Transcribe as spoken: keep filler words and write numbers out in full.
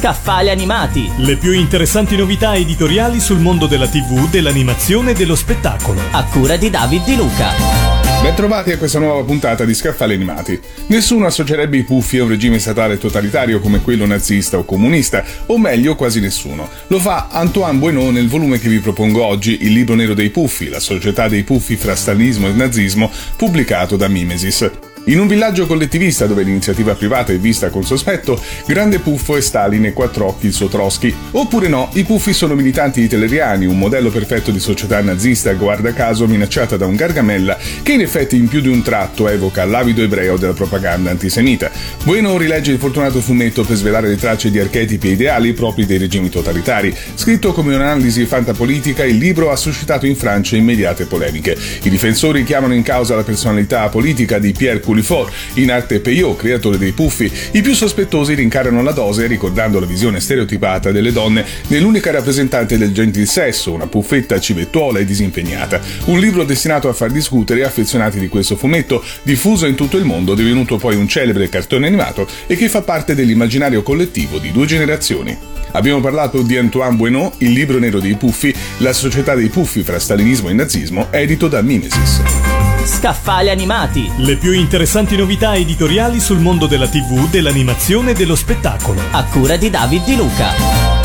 Scaffali animati. Le più interessanti novità editoriali sul mondo della tivù, dell'animazione e dello spettacolo. A cura di David Di Luca. Bentrovati a questa nuova puntata di Scaffali animati. Nessuno associerebbe i Puffi a un regime statale totalitario come quello nazista o comunista, o meglio quasi nessuno. Lo fa Antoine Bueno nel volume che vi propongo oggi, Il libro nero dei Puffi, la società dei Puffi fra stalinismo e nazismo, pubblicato da Mimesis. In un villaggio collettivista dove l'iniziativa privata è vista con sospetto, grande puffo è Stalin e quattro occhi il suo Trotsky. Oppure no, i Puffi sono militanti hitleriani, un modello perfetto di società nazista, guarda caso minacciata da un Gargamella che in effetti in più di un tratto evoca l'avido ebreo della propaganda antisemita. Bueno rilegge il fortunato fumetto per svelare le tracce di archetipi e ideali propri dei regimi totalitari. Scritto come un'analisi fantapolitica, il libro ha suscitato in Francia immediate polemiche. I difensori chiamano in causa la personalità politica di Pierre Cullifort, in arte Peyote, creatore dei Puffi. I più sospettosi rincarano la dose ricordando la visione stereotipata delle donne nell'unica rappresentante del gentil sesso, una puffetta civettuola e disimpegnata. Un libro destinato a far discutere affezionati di questo fumetto, diffuso in tutto il mondo, divenuto poi un celebre cartone animato e che fa parte dell'immaginario collettivo di due generazioni. Abbiamo parlato di Antoine Bueno, Il libro nero dei Puffi, la società dei Puffi fra stalinismo e nazismo, edito da Mimesis. Scaffali animati. Le più interessanti novità editoriali sul mondo della tivù, dell'animazione e dello spettacolo. A cura di David Di Luca.